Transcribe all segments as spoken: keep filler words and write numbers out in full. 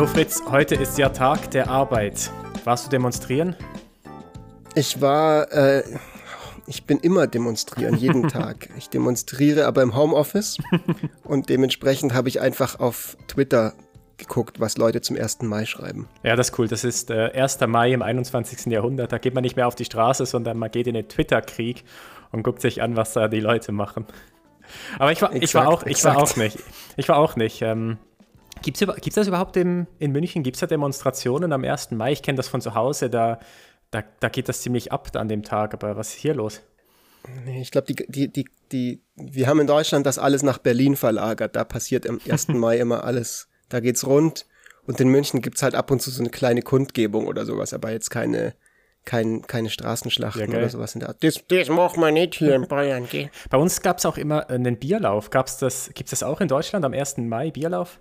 Hallo Fritz, heute ist ja Tag der Arbeit. Warst du demonstrieren? Ich war, äh, ich bin immer demonstrieren, jeden Tag. Ich demonstriere aber im Homeoffice und dementsprechend habe ich einfach auf Twitter geguckt, was Leute zum ersten Mai schreiben. Ja, das ist cool. Das ist äh, erster Mai im einundzwanzigsten Jahrhundert. Da geht man nicht mehr auf die Straße, sondern man geht in den Twitter-Krieg und guckt sich an, was da die Leute machen. Aber ich war, exakt, ich war auch, ich war auch nicht. Ich war auch nicht. Ähm, gibt's, gibt's das überhaupt im, in München? Gibt es da Demonstrationen am ersten Mai? Ich kenne das von zu Hause, da, da, da geht das ziemlich ab an dem Tag. Aber was ist hier los? Nee, ich glaube, die, die, die, die, wir haben in Deutschland das alles nach Berlin verlagert. Da passiert am ersten Mai immer alles. Da geht's rund. Und in München gibt's halt ab und zu so eine kleine Kundgebung oder sowas, aber jetzt keine, kein, keine Straßenschlachten ja, oder sowas in der Art. Das, das machen wir nicht hier in Bayern, gell? Bei uns gab's auch immer einen Bierlauf. Gab's das, gibt's das auch in Deutschland am ersten Mai, Bierlauf?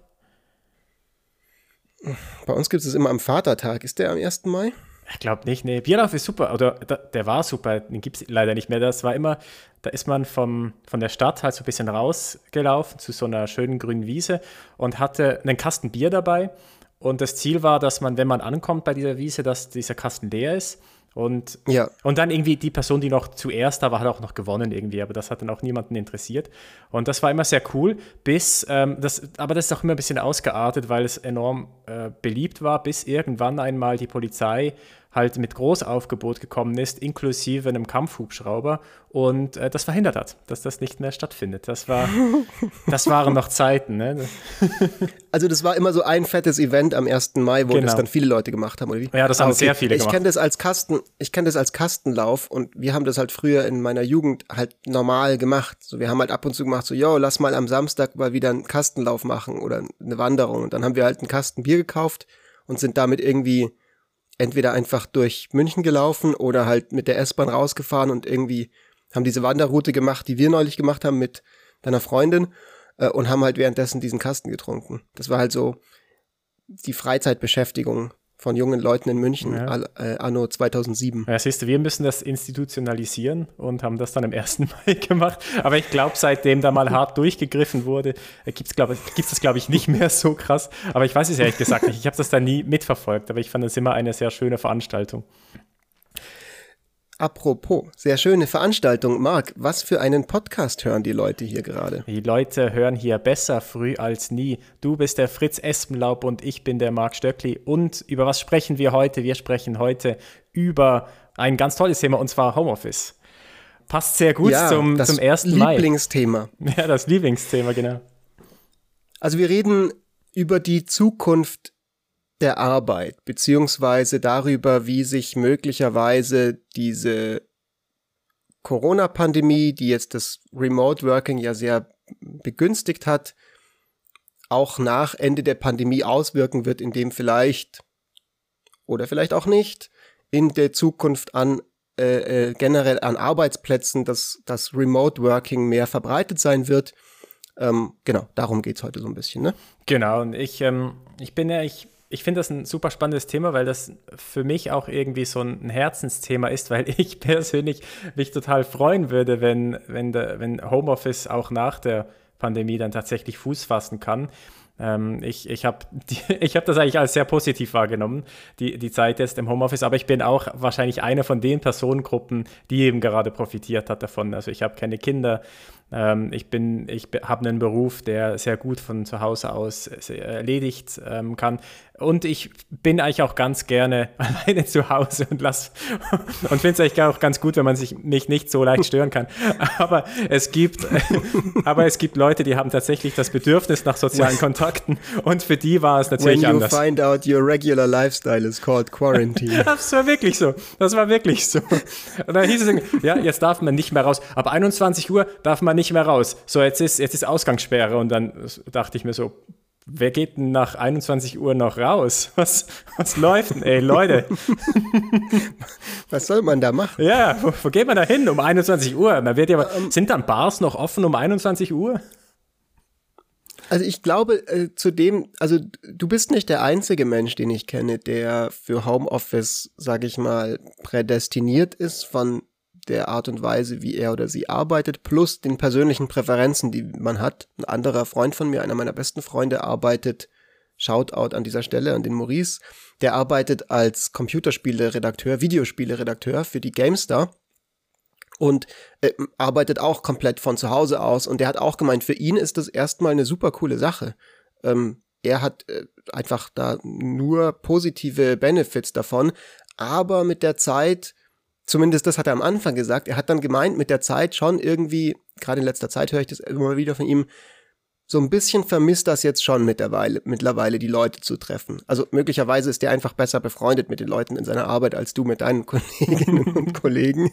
Bei uns gibt es immer am Vatertag. Ist der am ersten Mai? Ich glaube nicht, nee. Bierlauf ist super, oder da, der war super, den gibt es leider nicht mehr. Das war immer, da ist man vom, von der Stadt halt so ein bisschen rausgelaufen zu so einer schönen grünen Wiese und hatte einen Kasten Bier dabei. Und das Ziel war, dass man, wenn man ankommt bei dieser Wiese, dass dieser Kasten leer ist. Und, ja. und dann irgendwie die Person, die noch zuerst da war, hat auch noch gewonnen irgendwie, aber das hat dann auch niemanden interessiert. Und das war immer sehr cool, bis, ähm, das, aber das ist auch immer ein bisschen ausgeartet, weil es enorm äh, beliebt war, bis irgendwann einmal die Polizei halt mit Großaufgebot gekommen ist, inklusive einem Kampfhubschrauber und äh, das verhindert hat, dass das nicht mehr stattfindet. Das war, das waren noch Zeiten, ne? Also das war immer so ein fettes Event am ersten Mai, wo genau. das dann viele Leute gemacht haben, oder wie? Ja, das haben ah, okay. sehr viele ich gemacht. Ich kenne das als Kasten, ich kenne das als Kastenlauf und wir haben das halt früher in meiner Jugend halt normal gemacht. So, wir haben halt ab und zu gemacht, so, yo, lass mal am Samstag mal wieder einen Kastenlauf machen oder eine Wanderung. Und dann haben wir halt einen Kasten Bier gekauft und sind damit irgendwie entweder einfach durch München gelaufen oder halt mit der S-Bahn rausgefahren und irgendwie haben diese Wanderroute gemacht, die wir neulich gemacht haben mit deiner Freundin äh, und haben halt währenddessen diesen Kasten getrunken. Das war halt so die Freizeitbeschäftigung von jungen Leuten in München, ja. all, äh, anno zweitausendsieben. Ja, siehst du, wir müssen das institutionalisieren und haben das dann am ersten Mai gemacht. Aber ich glaube, seitdem da mal hart durchgegriffen wurde, gibt es glaub, gibt's das, glaube ich, nicht mehr so krass. Aber ich weiß es ehrlich gesagt nicht. Ich habe das da nie mitverfolgt, aber ich fand es immer eine sehr schöne Veranstaltung. Apropos, sehr schöne Veranstaltung. Marc, was für einen Podcast hören die Leute hier gerade? Die Leute hören hier besser früh als nie. Du bist der Fritz Espenlaub und ich bin der Marc Stöckli. Und über was sprechen wir heute? Wir sprechen heute über ein ganz tolles Thema, und zwar Homeoffice. Passt sehr gut ja, zum, das zum ersten Mai. Lieblingsthema. Ja, das Lieblingsthema, genau. Also wir reden über die Zukunft der Arbeit, beziehungsweise darüber, wie sich möglicherweise diese Corona-Pandemie, die jetzt das Remote Working ja sehr begünstigt hat, auch nach Ende der Pandemie auswirken wird, indem vielleicht oder vielleicht auch nicht in der Zukunft an äh, äh, generell an Arbeitsplätzen das, das Remote Working mehr verbreitet sein wird. Ähm, genau, darum geht's heute so ein bisschen, ne? Genau, und ich, ähm, ich bin ja, ich Ich finde das ein super spannendes Thema, weil das für mich auch irgendwie so ein Herzensthema ist, weil ich persönlich mich total freuen würde, wenn, wenn, der, wenn Homeoffice auch nach der Pandemie dann tatsächlich Fuß fassen kann. Ähm, ich ich habe ich hab das eigentlich als sehr positiv wahrgenommen, die, die Zeit jetzt im Homeoffice, aber ich bin auch wahrscheinlich eine von den Personengruppen, die eben gerade profitiert hat davon. Also ich habe keine Kinder, ähm, ich bin, ich habe einen Beruf, der sehr gut von zu Hause aus erledigt ähm, kann. Und ich bin eigentlich auch ganz gerne alleine zu Hause und lass und finde es eigentlich auch ganz gut, wenn man sich mich nicht so leicht stören kann. Aber es gibt, aber es gibt Leute, die haben tatsächlich das Bedürfnis nach sozialen Kontakten und für die war es natürlich When you anders. Find out your regular lifestyle is called quarantine. Das war wirklich so. Das war wirklich so. Und dann hieß es, ja, jetzt darf man nicht mehr raus. Ab einundzwanzig Uhr darf man nicht mehr raus. So, jetzt ist, jetzt ist Ausgangssperre. Und dann dachte ich mir so, wer geht denn nach einundzwanzig Uhr noch raus? Was, was läuft denn, ey, Leute? Was soll man da machen? Ja, wo, wo geht man da hin um einundzwanzig Uhr? Man wird ja, um, sind dann Bars noch offen um einundzwanzig Uhr? Also ich glaube, äh, zu dem, also du bist nicht der einzige Mensch, den ich kenne, der für Homeoffice, sage ich mal, prädestiniert ist von der Art und Weise, wie er oder sie arbeitet, plus den persönlichen Präferenzen, die man hat. Ein anderer Freund von mir, einer meiner besten Freunde, arbeitet Shoutout an dieser Stelle an den Maurice. Der arbeitet als Computerspiele-Redakteur, Videospiele-Redakteur für die GameStar und äh, arbeitet auch komplett von zu Hause aus. Und der hat auch gemeint, für ihn ist das erstmal eine super coole Sache. Ähm, er hat äh, einfach da nur positive Benefits davon, aber mit der Zeit, zumindest das hat er am Anfang gesagt, er hat dann gemeint, mit der Zeit schon irgendwie, gerade in letzter Zeit höre ich das immer wieder von ihm, so ein bisschen vermisst das jetzt schon mittlerweile, mittlerweile die Leute zu treffen. Also möglicherweise ist der einfach besser befreundet mit den Leuten in seiner Arbeit als du mit deinen Kolleginnen und Kollegen.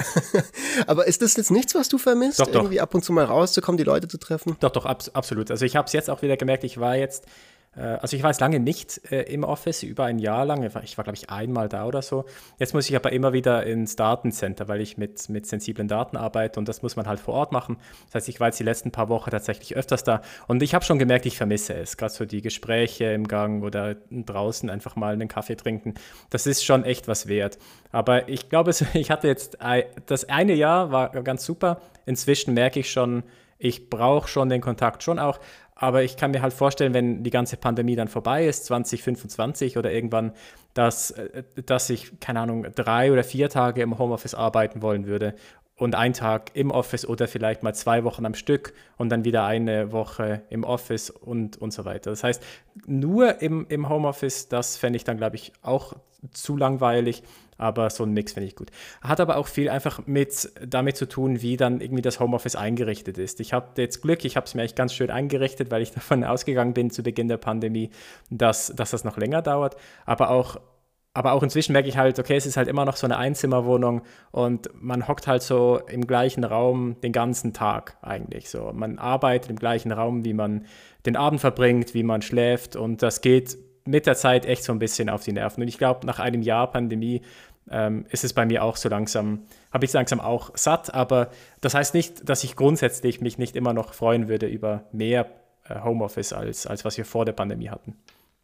Aber ist das jetzt nichts, was du vermisst, doch, irgendwie doch. ab und zu mal rauszukommen, die Leute zu treffen? Doch, doch, abs- absolut. Also ich habe es jetzt auch wieder gemerkt, ich war jetzt Also ich war jetzt lange nicht äh, im Office, über ein Jahr lang. Ich war, ich war glaube ich, einmal da oder so. Jetzt muss ich aber immer wieder ins Datencenter, weil ich mit, mit sensiblen Daten arbeite und das muss man halt vor Ort machen. Das heißt, ich war jetzt die letzten paar Wochen tatsächlich öfters da und ich habe schon gemerkt, ich vermisse es. Gerade so die Gespräche im Gang oder draußen einfach mal einen Kaffee trinken. Das ist schon echt was wert. Aber ich glaube, ich hatte jetzt, das eine Jahr war ganz super. Inzwischen merke ich schon, ich brauche schon den Kontakt schon auch. Aber ich kann mir halt vorstellen, wenn die ganze Pandemie dann vorbei ist, zwanzig fünfundzwanzig oder irgendwann, dass, dass ich, keine Ahnung, drei oder vier Tage im Homeoffice arbeiten wollen würde und einen Tag im Office oder vielleicht mal zwei Wochen am Stück und dann wieder eine Woche im Office und, und so weiter. Das heißt, nur im, im Homeoffice, das fände ich dann, glaube ich, auch zu langweilig. Aber so ein Mix finde ich gut. Hat aber auch viel einfach mit damit zu tun, wie dann irgendwie das Homeoffice eingerichtet ist. Ich habe jetzt Glück, ich habe es mir eigentlich ganz schön eingerichtet, weil ich davon ausgegangen bin zu Beginn der Pandemie, dass, dass das noch länger dauert. Aber auch, aber auch inzwischen merke ich halt, okay, es ist halt immer noch so eine Einzimmerwohnung und man hockt halt so im gleichen Raum den ganzen Tag eigentlich. So, man arbeitet im gleichen Raum, wie man den Abend verbringt, wie man schläft und das geht mit der Zeit echt so ein bisschen auf die Nerven. Und ich glaube, nach einem Jahr Pandemie ähm, ist es bei mir auch so langsam, habe ich es langsam auch satt, aber das heißt nicht, dass ich grundsätzlich mich nicht immer noch freuen würde über mehr äh, Homeoffice, als, als was wir vor der Pandemie hatten.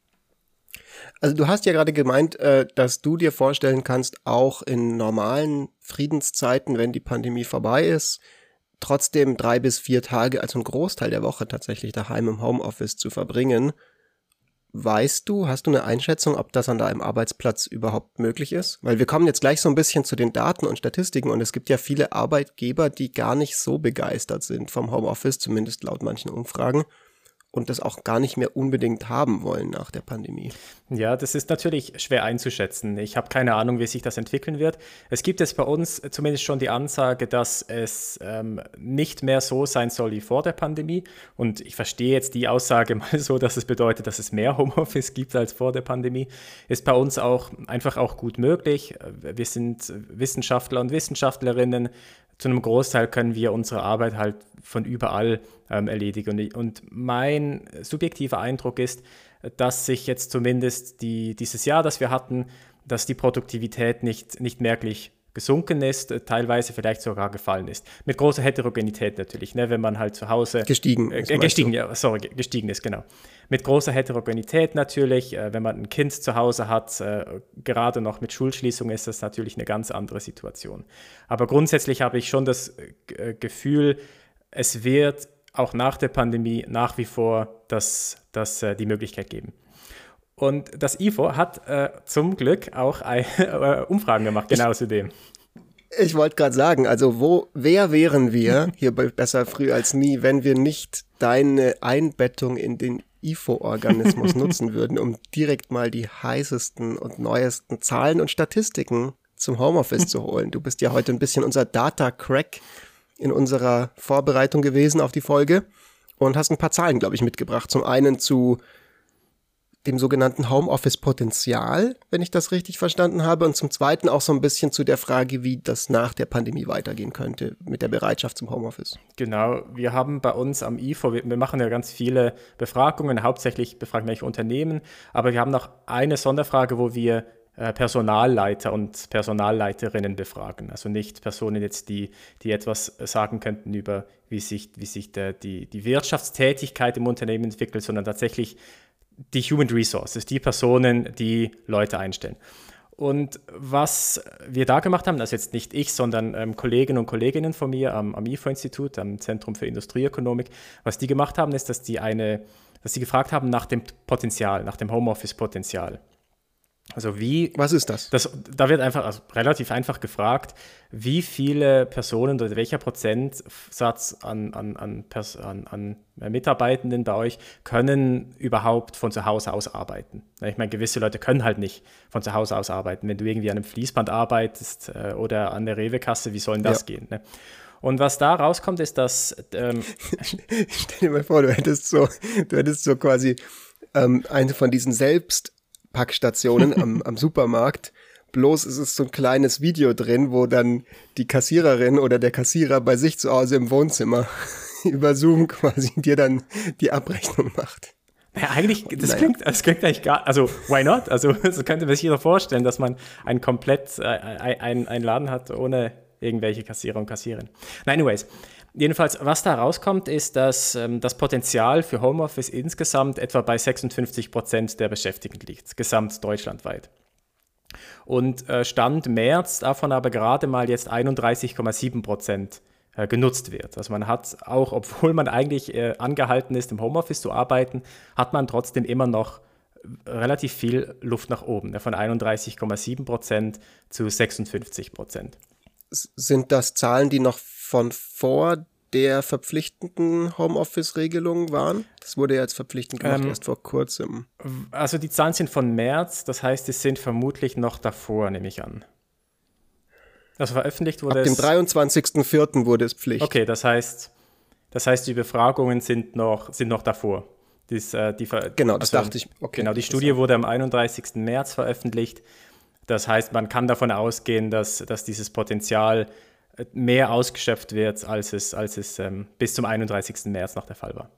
Also du hast ja gerade gemeint, äh, dass du dir vorstellen kannst, auch in normalen Friedenszeiten, wenn die Pandemie vorbei ist, trotzdem drei bis vier Tage, also einen Großteil der Woche tatsächlich daheim im Homeoffice zu verbringen. Weißt du, hast du eine Einschätzung, ob das an deinem Arbeitsplatz überhaupt möglich ist? Weil wir kommen jetzt gleich so ein bisschen zu den Daten und Statistiken und es gibt ja viele Arbeitgeber, die gar nicht so begeistert sind vom Homeoffice, zumindest laut manchen Umfragen, und das auch gar nicht mehr unbedingt haben wollen nach der Pandemie. Ja, das ist natürlich schwer einzuschätzen. Ich habe keine Ahnung, wie sich das entwickeln wird. Es gibt jetzt bei uns zumindest schon die Ansage, dass es ähm, nicht mehr so sein soll wie vor der Pandemie. Und ich verstehe jetzt die Aussage mal so, dass es bedeutet, dass es mehr Homeoffice gibt als vor der Pandemie. Ist bei uns auch einfach auch gut möglich. Wir sind Wissenschaftler und Wissenschaftlerinnen. Zu einem Großteil können wir unsere Arbeit halt von überall ähm, erledigen. Und, und mein subjektiver Eindruck ist, dass sich jetzt zumindest die, dieses Jahr, das wir hatten, dass die Produktivität nicht, nicht merklich gesunken ist, teilweise vielleicht sogar gefallen ist. Mit großer Heterogenität natürlich, ne, wenn man halt zu Hause... Gestiegen. Äh, gestiegen, ja, sorry, gestiegen ist, genau. Mit großer Heterogenität natürlich, äh, wenn man ein Kind zu Hause hat, äh, gerade noch mit Schulschließung ist das natürlich eine ganz andere Situation. Aber grundsätzlich habe ich schon das äh, Gefühl, es wird auch nach der Pandemie nach wie vor das, das, äh, die Möglichkeit geben. Und das I F O hat äh, zum Glück auch ein, äh, Umfragen gemacht, genau zu dem. Ich wollte gerade sagen, also wo, wer wären wir hier bei Besser früh als nie, wenn wir nicht deine Einbettung in den I F O-Organismus nutzen würden, um direkt mal die heißesten und neuesten Zahlen und Statistiken zum Homeoffice zu holen. Du bist ja heute ein bisschen unser Data-Crack in unserer Vorbereitung gewesen auf die Folge und hast ein paar Zahlen, glaube ich, mitgebracht. Zum einen zu dem sogenannten Homeoffice-Potenzial, wenn ich das richtig verstanden habe, und zum Zweiten auch so ein bisschen zu der Frage, wie das nach der Pandemie weitergehen könnte mit der Bereitschaft zum Homeoffice. Genau, wir haben bei uns am I F O, wir, wir machen ja ganz viele Befragungen, hauptsächlich befragen wir Unternehmen, aber wir haben noch eine Sonderfrage, wo wir äh, Personalleiter und Personalleiterinnen befragen, also nicht Personen jetzt, die, die etwas sagen könnten über, wie sich, wie sich der, die, die Wirtschaftstätigkeit im Unternehmen entwickelt, sondern tatsächlich die Human Resources, die Personen, die Leute einstellen. Und was wir da gemacht haben, also jetzt nicht ich, sondern ähm, Kollegen und Kolleginnen von mir am, am I F O-Institut, am Zentrum für Industrieökonomik, was die gemacht haben, ist, dass die eine, dass sie gefragt haben nach dem Potenzial, nach dem Homeoffice-Potenzial. Also wie... Was ist das? das? Da wird einfach, also relativ einfach gefragt, wie viele Personen oder welcher Prozentsatz an, an, an, Pers- an, an Mitarbeitenden bei euch können überhaupt von zu Hause aus arbeiten. Ich meine, gewisse Leute können halt nicht von zu Hause aus arbeiten. Wenn du irgendwie an einem Fließband arbeitest äh, oder an der Rewe-Kasse, wie soll denn das ja. gehen? Ne? Und was da rauskommt, ist, dass... Ähm, Stell dir mal vor, du hättest so, du hättest so quasi ähm, eine von diesen selbst Packstationen am, am Supermarkt. Bloß ist es so ein kleines Video drin, wo dann die Kassiererin oder der Kassierer bei sich zu Hause im Wohnzimmer über Zoom quasi dir dann die Abrechnung macht. Ja, eigentlich, das, naja. klingt, das klingt eigentlich gar, also why not? Also das könnte man sich jeder vorstellen, dass man ein komplett, äh, ein, ein Laden hat ohne irgendwelche Kassierer und Kassiererin. Na, anyways. Jedenfalls, was da rauskommt, ist, dass ähm, das Potenzial für Homeoffice insgesamt etwa bei sechsundfünfzig Prozent der Beschäftigten liegt, gesamt deutschlandweit. Und äh, Stand März davon aber gerade mal jetzt einunddreißig Komma sieben Prozent äh, genutzt wird. Also man hat auch, obwohl man eigentlich äh, angehalten ist, im Homeoffice zu arbeiten, hat man trotzdem immer noch relativ viel Luft nach oben, ne, von einunddreißig Komma sieben Prozent zu sechsundfünfzig Prozent. Sind das Zahlen, die noch von vor der verpflichtenden Homeoffice-Regelung waren? Das wurde ja jetzt verpflichtend gemacht, ähm, erst vor kurzem. Also die Zahlen sind von März, das heißt, es sind vermutlich noch davor, nehme ich an. Also veröffentlicht wurde es... Ab dem dreiundzwanzigsten vierten wurde es Pflicht. Okay, das heißt, das heißt, die Befragungen sind noch, sind noch davor. Dies, äh, die Ver- genau, das also, dachte ich. Okay, genau, die Studie wurde am einunddreißigsten März veröffentlicht. Das heißt, man kann davon ausgehen, dass, dass dieses Potenzial mehr ausgeschöpft wird, als es, als es ähm, bis zum einunddreißigsten März noch der Fall war.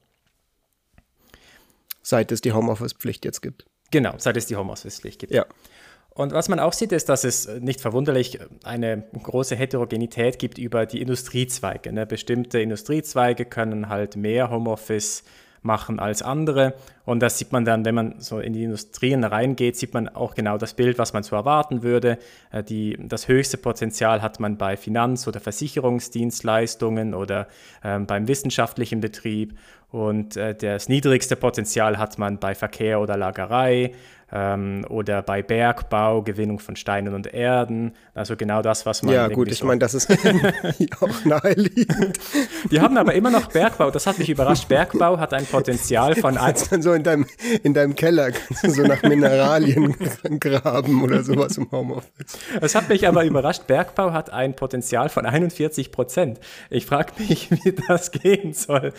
Seit es die Homeoffice-Pflicht jetzt gibt. Genau, seit es die Homeoffice-Pflicht gibt. Ja. Und was man auch sieht, ist, dass es nicht verwunderlich eine große Heterogenität gibt über die Industriezweige. Ne? Bestimmte Industriezweige können halt mehr Homeoffice machen als andere. Und das sieht man dann, wenn man so in die Industrien reingeht, sieht man auch genau das Bild, was man so erwarten würde. Die, das höchste Potenzial hat man bei Finanz- oder Versicherungsdienstleistungen oder ähm, beim wissenschaftlichen Betrieb. Und äh, das niedrigste Potenzial hat man bei Verkehr oder Lagerei ähm, oder bei Bergbau, Gewinnung von Steinen und Erden. Also genau das, was man... Ja gut, ich so meine, das ist auch naheliegend. Die haben aber immer noch Bergbau, das hat mich überrascht. Bergbau hat ein Potenzial von... Kannst dann so in deinem, in deinem Keller kannst du so nach Mineralien graben oder sowas im Homeoffice. Das hat mich aber überrascht. Bergbau hat ein Potenzial von einundvierzig Prozent. Ich frage mich, wie das gehen soll.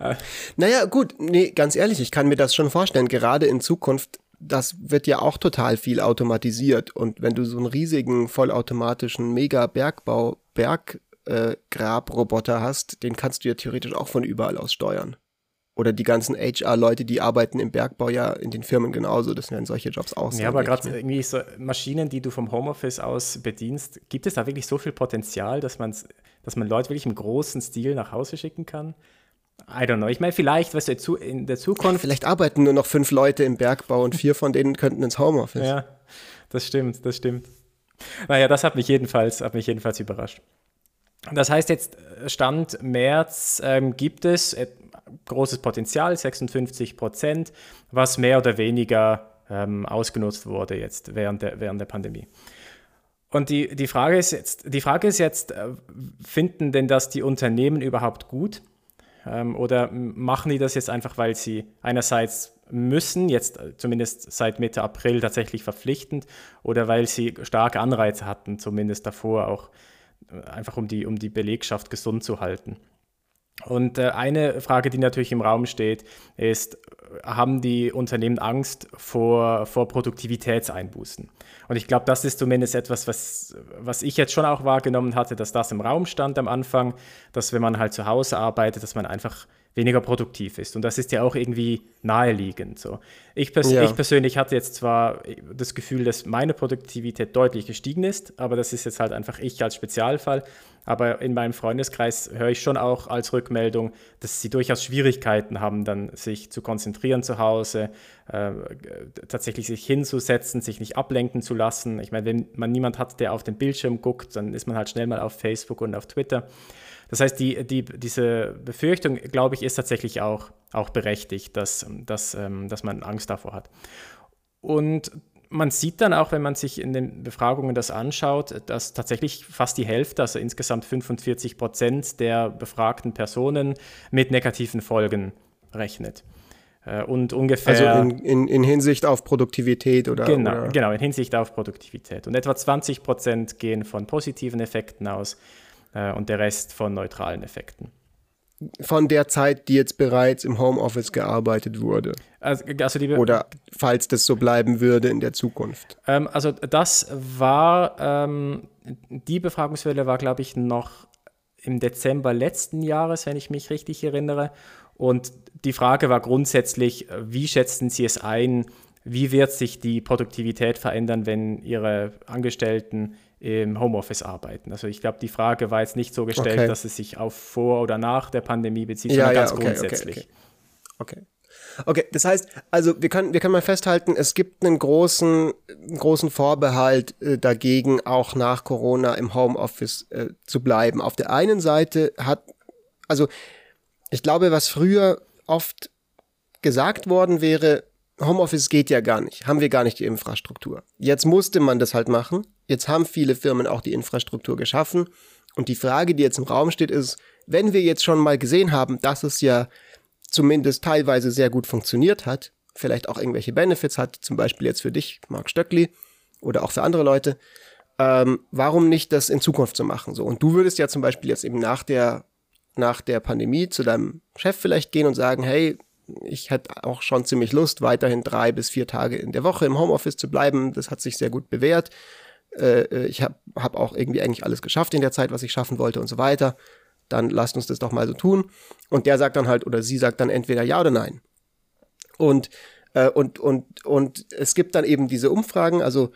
Naja, gut, nee, ganz ehrlich, ich kann mir das schon vorstellen. Gerade in Zukunft, das wird ja auch total viel automatisiert. Und wenn du so einen riesigen, vollautomatischen Mega-Bergbau, Berggrabroboter hast, den kannst du ja theoretisch auch von überall aus steuern. Oder die ganzen H R-Leute, die arbeiten im Bergbau ja in den Firmen genauso. Das werden solche Jobs auch sein. Ja, aber gerade irgendwie so Maschinen, die du vom Homeoffice aus bedienst, gibt es da wirklich so viel Potenzial, dass, man's, dass man Leute wirklich im großen Stil nach Hause schicken kann? I don't know. Ich meine, vielleicht, weißt du, in der Zukunft... Vielleicht arbeiten nur noch fünf Leute im Bergbau und vier von denen könnten ins Homeoffice. Ja, das stimmt, das stimmt. Naja, das hat mich jedenfalls, hat mich jedenfalls überrascht. Das heißt, jetzt Stand März ähm, gibt es äh, großes Potenzial, sechsundfünfzig Prozent, was mehr oder weniger ähm, ausgenutzt wurde jetzt während der, während der Pandemie. Und die, die Frage ist jetzt, die Frage ist jetzt, äh, finden denn das die Unternehmen überhaupt gut? Ähm, oder machen die das jetzt einfach, weil sie einerseits müssen, jetzt zumindest seit Mitte April tatsächlich verpflichtend, oder weil sie starke Anreize hatten, zumindest davor auch, einfach um die, um die Belegschaft gesund zu halten. Und äh, eine Frage, die natürlich im Raum steht, ist, haben die Unternehmen Angst vor, vor Produktivitätseinbußen? Und ich glaube, das ist zumindest etwas, was, was ich jetzt schon auch wahrgenommen hatte, dass das im Raum stand am Anfang, dass wenn man halt zu Hause arbeitet, dass man einfach weniger produktiv ist. Und das ist ja auch irgendwie naheliegend. So. Ich, pers- ja. ich persönlich hatte jetzt zwar das Gefühl, dass meine Produktivität deutlich gestiegen ist, aber das ist jetzt halt einfach ich als Spezialfall. Aber in meinem Freundeskreis höre ich schon auch als Rückmeldung, dass sie durchaus Schwierigkeiten haben, dann sich zu konzentrieren zu Hause, äh, tatsächlich sich hinzusetzen, sich nicht ablenken zu lassen. Ich meine, wenn man niemand hat, der auf den Bildschirm guckt, dann ist man halt schnell mal auf Facebook und auf Twitter. Das heißt, die, die, diese Befürchtung, glaube ich, ist tatsächlich auch, auch berechtigt, dass, dass, ähm, dass man Angst davor hat. Und man sieht dann auch, wenn man sich in den Befragungen das anschaut, dass tatsächlich fast die Hälfte, also insgesamt fünfundvierzig Prozent der befragten Personen mit negativen Folgen rechnet. Und ungefähr... Also in, in, in Hinsicht auf Produktivität oder... Genau, oder? genau, in Hinsicht auf Produktivität. Und etwa zwanzig Prozent gehen von positiven Effekten aus äh, und der Rest von neutralen Effekten. Von der Zeit, die jetzt bereits im Homeoffice gearbeitet wurde. Also, also die, Oder falls das so bleiben würde in der Zukunft. Ähm, also das war, ähm, die Befragungswelle war, glaube ich, noch im Dezember letzten Jahres, wenn ich mich richtig erinnere. Und die Frage war grundsätzlich, wie schätzen Sie es ein, wie wird sich die Produktivität verändern, wenn Ihre Angestellten im Homeoffice arbeiten? Also ich glaube, die Frage war jetzt nicht so gestellt, okay. dass es sich auf vor oder nach der Pandemie bezieht, ja, sondern ja, ganz okay, grundsätzlich. Okay, okay. okay. Okay, das heißt, also wir können, wir können mal festhalten, es gibt einen großen, großen Vorbehalt äh, dagegen, auch nach Corona im Homeoffice äh, zu bleiben. Auf der einen Seite hat, also ich glaube, was früher oft gesagt worden wäre, Homeoffice geht ja gar nicht, haben wir gar nicht die Infrastruktur. Jetzt musste man das halt machen. Jetzt haben viele Firmen auch die Infrastruktur geschaffen. Und die Frage, die jetzt im Raum steht, ist, wenn wir jetzt schon mal gesehen haben, dass es ja zumindest teilweise sehr gut funktioniert hat, vielleicht auch irgendwelche Benefits hat, zum Beispiel jetzt für dich, Marc Stöckli, oder auch für andere Leute, ähm, warum nicht das in Zukunft so machen? So. Und du würdest ja zum Beispiel jetzt eben nach der, nach der Pandemie zu deinem Chef vielleicht gehen und sagen, hey, ich hätte auch schon ziemlich Lust, weiterhin drei bis vier Tage in der Woche im Homeoffice zu bleiben. Das hat sich sehr gut bewährt. Äh, ich habe hab auch irgendwie eigentlich alles geschafft in der Zeit, was ich schaffen wollte und so weiter. Dann lasst uns das doch mal so tun. Und der sagt dann halt, oder sie sagt dann entweder ja oder nein. Und, äh, und, und, und es gibt dann eben diese Umfragen, also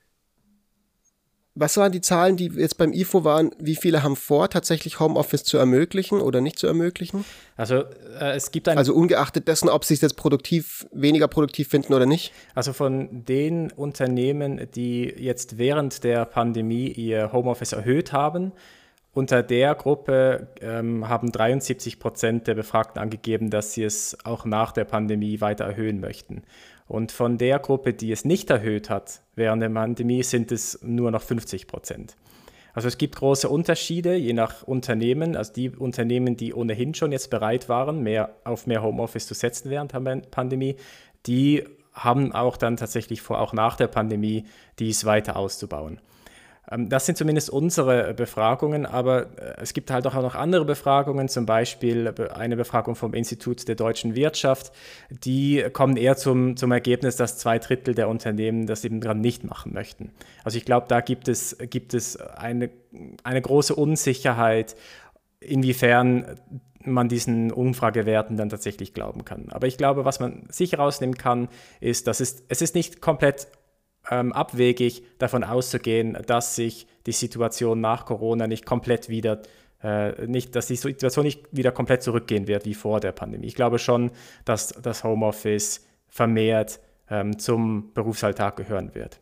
was waren die Zahlen, die jetzt beim I F O waren? Wie viele haben vor, tatsächlich Homeoffice zu ermöglichen oder nicht zu ermöglichen? Also äh, es gibt ein... Also ungeachtet dessen, ob sie es jetzt produktiv, weniger produktiv finden oder nicht? Also von den Unternehmen, die jetzt während der Pandemie ihr Homeoffice erhöht haben, unter der Gruppe ähm, haben dreiundsiebzig Prozent der Befragten angegeben, dass sie es auch nach der Pandemie weiter erhöhen möchten. Und von der Gruppe, die es nicht erhöht hat während der Pandemie, sind es nur noch fünfzig Prozent. Also es gibt große Unterschiede je nach Unternehmen. Also die Unternehmen, die ohnehin schon jetzt bereit waren, mehr auf mehr Homeoffice zu setzen während der Pandemie, die haben auch dann tatsächlich vor, auch nach der Pandemie dies weiter auszubauen. Das sind zumindest unsere Befragungen, aber es gibt halt auch noch andere Befragungen, zum Beispiel eine Befragung vom Institut der deutschen Wirtschaft, die kommen eher zum, zum Ergebnis, dass zwei Drittel der Unternehmen das eben dran nicht machen möchten. Also ich glaube, da gibt es, gibt es eine, eine große Unsicherheit, inwiefern man diesen Umfragewerten dann tatsächlich glauben kann. Aber ich glaube, was man sicher rausnehmen kann, ist, dass es, es ist nicht komplett Ähm, abwegig davon auszugehen, dass sich die Situation nach Corona nicht komplett wieder, äh, nicht, dass die Situation nicht wieder komplett zurückgehen wird wie vor der Pandemie. Ich glaube schon, dass das Homeoffice vermehrt ähm, zum Berufsalltag gehören wird.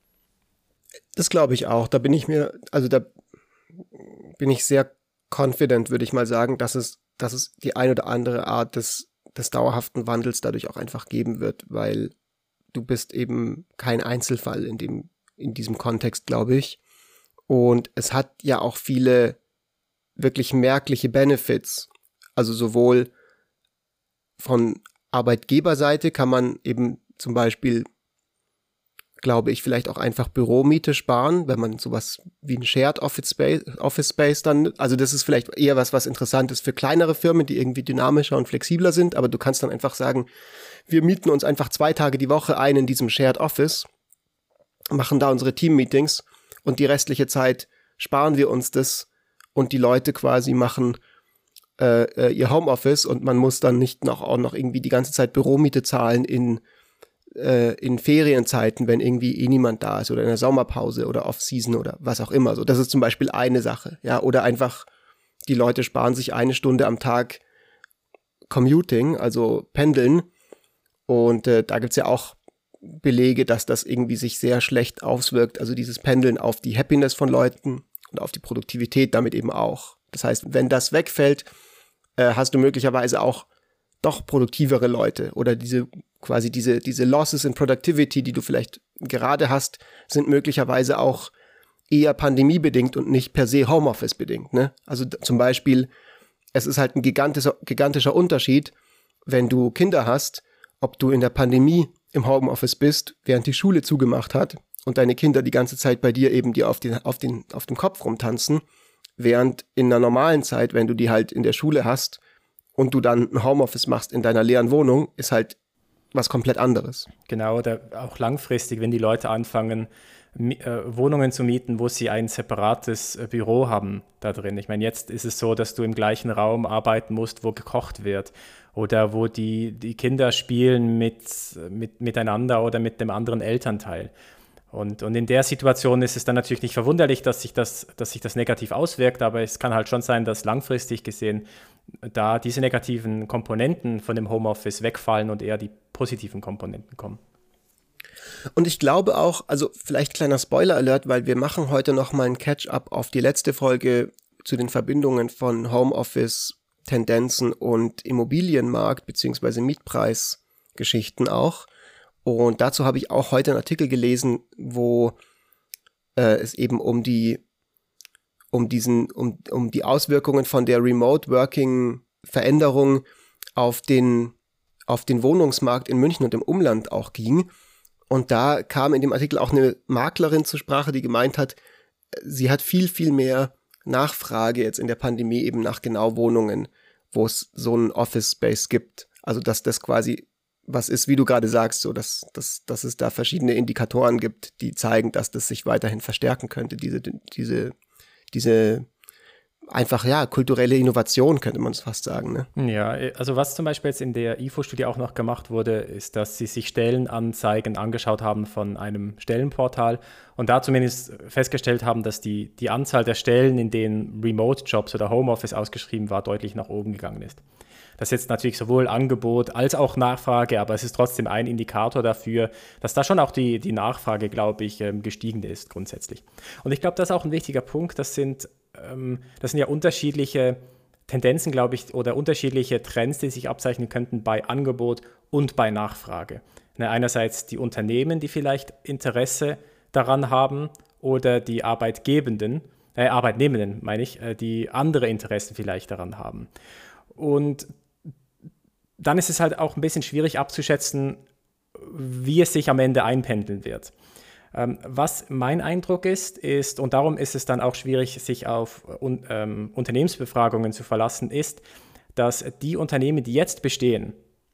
Das glaube ich auch. Da bin ich mir, also da bin ich sehr confident, würde ich mal sagen, dass es, dass es die ein oder andere Art des, des dauerhaften Wandels dadurch auch einfach geben wird, weil du bist eben kein Einzelfall in dem, in diesem Kontext, glaube ich. Und es hat ja auch viele wirklich merkliche Benefits. Also sowohl von Arbeitgeberseite kann man eben zum Beispiel, glaube ich, vielleicht auch einfach Büromiete sparen, wenn man sowas wie ein Shared Office Space, Office Space dann, also das ist vielleicht eher was, was interessant ist für kleinere Firmen, die irgendwie dynamischer und flexibler sind, aber du kannst dann einfach sagen, wir mieten uns einfach zwei Tage die Woche ein in diesem Shared Office, machen da unsere Team-Meetings und die restliche Zeit sparen wir uns das und die Leute quasi machen äh, ihr Homeoffice und man muss dann nicht noch auch noch irgendwie die ganze Zeit Büromiete zahlen in äh, in Ferienzeiten, wenn irgendwie eh niemand da ist oder in der Sommerpause oder Off-Season oder was auch immer. So, das ist zum Beispiel eine Sache, ja, oder einfach die Leute sparen sich eine Stunde am Tag Commuting, also Pendeln. Und äh, da gibt's ja auch Belege, dass das irgendwie sich sehr schlecht auswirkt, also dieses Pendeln auf die Happiness von Leuten und auf die Produktivität damit eben auch. Das heißt, wenn das wegfällt, äh, hast du möglicherweise auch doch produktivere Leute oder diese quasi diese diese Losses in Productivity, die du vielleicht gerade hast, sind möglicherweise auch eher pandemiebedingt und nicht per se Homeoffice bedingt. Ne? Also d- zum Beispiel, es ist halt ein gigantischer, gigantischer Unterschied, wenn du Kinder hast, ob du in der Pandemie im Homeoffice bist, während die Schule zugemacht hat und deine Kinder die ganze Zeit bei dir eben dir auf den, auf den, auf dem Kopf rumtanzen, während in einer normalen Zeit, wenn du die halt in der Schule hast und du dann ein Homeoffice machst in deiner leeren Wohnung, ist halt was komplett anderes. Genau, oder auch langfristig, wenn die Leute anfangen, mi- äh, Wohnungen zu mieten, wo sie ein separates äh, Büro haben da drin. Ich meine, jetzt ist es so, dass du im gleichen Raum arbeiten musst, wo gekocht wird oder wo die, die Kinder spielen mit, mit, miteinander oder mit dem anderen Elternteil. Und, und in der Situation ist es dann natürlich nicht verwunderlich, dass sich das, dass sich das negativ auswirkt, aber es kann halt schon sein, dass langfristig gesehen da diese negativen Komponenten von dem Homeoffice wegfallen und eher die positiven Komponenten kommen. Und ich glaube auch, also vielleicht kleiner Spoiler-Alert, weil wir machen heute noch mal ein Catch-up auf die letzte Folge zu den Verbindungen von Homeoffice, Tendenzen und Immobilienmarkt beziehungsweise Mietpreisgeschichten auch. Und dazu habe ich auch heute einen Artikel gelesen, wo äh, es eben um die um diesen um um die Auswirkungen von der Remote Working Veränderung auf den auf den Wohnungsmarkt in München und im Umland auch ging. Und da kam in dem Artikel auch eine Maklerin zur Sprache, die gemeint hat, sie hat viel, viel mehr Nachfrage jetzt in der Pandemie eben nach genau Wohnungen, wo es so einen Office Space gibt. Also dass das quasi was ist, wie du gerade sagst, so dass, dass, dass es da verschiedene Indikatoren gibt, die zeigen, dass das sich weiterhin verstärken könnte, diese, diese, diese einfach, ja, kulturelle Innovation, könnte man es fast sagen. Ne? Ja, also was zum Beispiel jetzt in der I F O-Studie auch noch gemacht wurde, ist, dass sie sich Stellenanzeigen angeschaut haben von einem Stellenportal und da zumindest festgestellt haben, dass die, die Anzahl der Stellen, in denen Remote-Jobs oder Homeoffice ausgeschrieben war, deutlich nach oben gegangen ist. Das ist jetzt natürlich sowohl Angebot als auch Nachfrage, aber es ist trotzdem ein Indikator dafür, dass da schon auch die, die Nachfrage, glaube ich, gestiegen ist grundsätzlich. Und ich glaube, das ist auch ein wichtiger Punkt. Das sind, ähm, das sind ja unterschiedliche Tendenzen, glaube ich, oder unterschiedliche Trends, die sich abzeichnen könnten bei Angebot und bei Nachfrage. Ne, einerseits die Unternehmen, die vielleicht Interesse daran haben oder die Arbeitgebenden, äh, Arbeitnehmenden, meine ich, äh, die andere Interessen vielleicht daran haben. Und dann ist es halt auch ein bisschen schwierig abzuschätzen, wie es sich am Ende einpendeln wird. Ähm, was mein Eindruck ist, ist, und darum ist es dann auch schwierig, sich auf un, ähm, Unternehmensbefragungen zu verlassen, ist, dass die Unternehmen, die jetzt bestehen,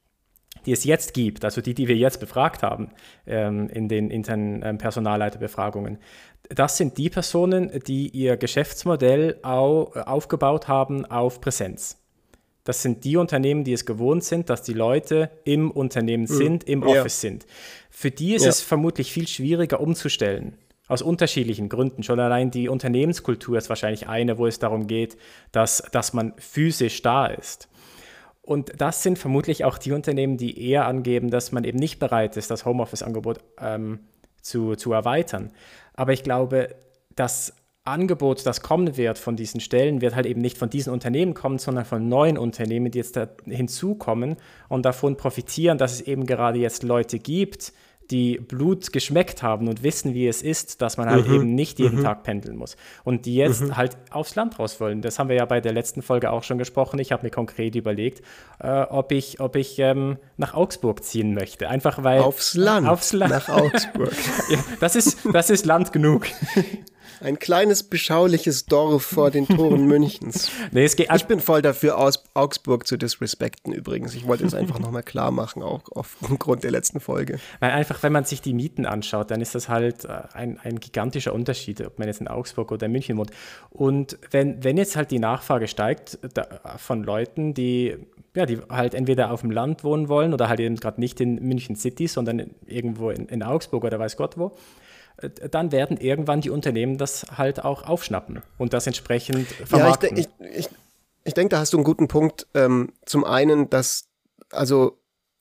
die es jetzt gibt, also die, die wir jetzt befragt haben ähm, in den internen ähm, Personalleiterbefragungen, das sind die Personen, die ihr Geschäftsmodell au, aufgebaut haben auf Präsenz. Das sind die Unternehmen, die es gewohnt sind, dass die Leute im Unternehmen sind, im Office ja. sind. Für die ist ja. es vermutlich viel schwieriger umzustellen. Aus unterschiedlichen Gründen. Schon allein die Unternehmenskultur ist wahrscheinlich eine, wo es darum geht, dass, dass man physisch da ist. Und das sind vermutlich auch die Unternehmen, die eher angeben, dass man eben nicht bereit ist, das Homeoffice-Angebot ähm, zu, zu erweitern. Aber ich glaube, dass Angebot, das kommen wird von diesen Stellen, wird halt eben nicht von diesen Unternehmen kommen, sondern von neuen Unternehmen, die jetzt da hinzukommen und davon profitieren, dass es eben gerade jetzt Leute gibt, die Blut geschmeckt haben und wissen, wie es ist, dass man halt mhm. eben nicht jeden mhm. Tag pendeln muss. Und die jetzt mhm. halt aufs Land raus wollen. Das haben wir ja bei der letzten Folge auch schon gesprochen. Ich habe mir konkret überlegt, äh, ob ich, ob ich ähm, nach Augsburg ziehen möchte. Einfach weil... Aufs Land, aufs Land. nach Augsburg. Ja, das ist, das ist Land genug. Ein kleines, beschauliches Dorf vor den Toren Münchens. Nee, es geht, ich bin voll dafür, aus Augsburg zu disrespekten übrigens. Ich wollte es einfach nochmal klar machen, auch aufgrund der letzten Folge. Weil einfach, wenn man sich die Mieten anschaut, dann ist das halt ein, ein gigantischer Unterschied, ob man jetzt in Augsburg oder in München wohnt. Und wenn, wenn jetzt halt die Nachfrage steigt da, von Leuten, die, ja, die halt entweder auf dem Land wohnen wollen oder halt eben gerade nicht in München City, sondern irgendwo in, in Augsburg oder weiß Gott wo, dann werden irgendwann die Unternehmen das halt auch aufschnappen und das entsprechend vermarkten. Ja, ich, ich, ich, ich denke, da hast du einen guten Punkt. Ähm, zum einen, dass, also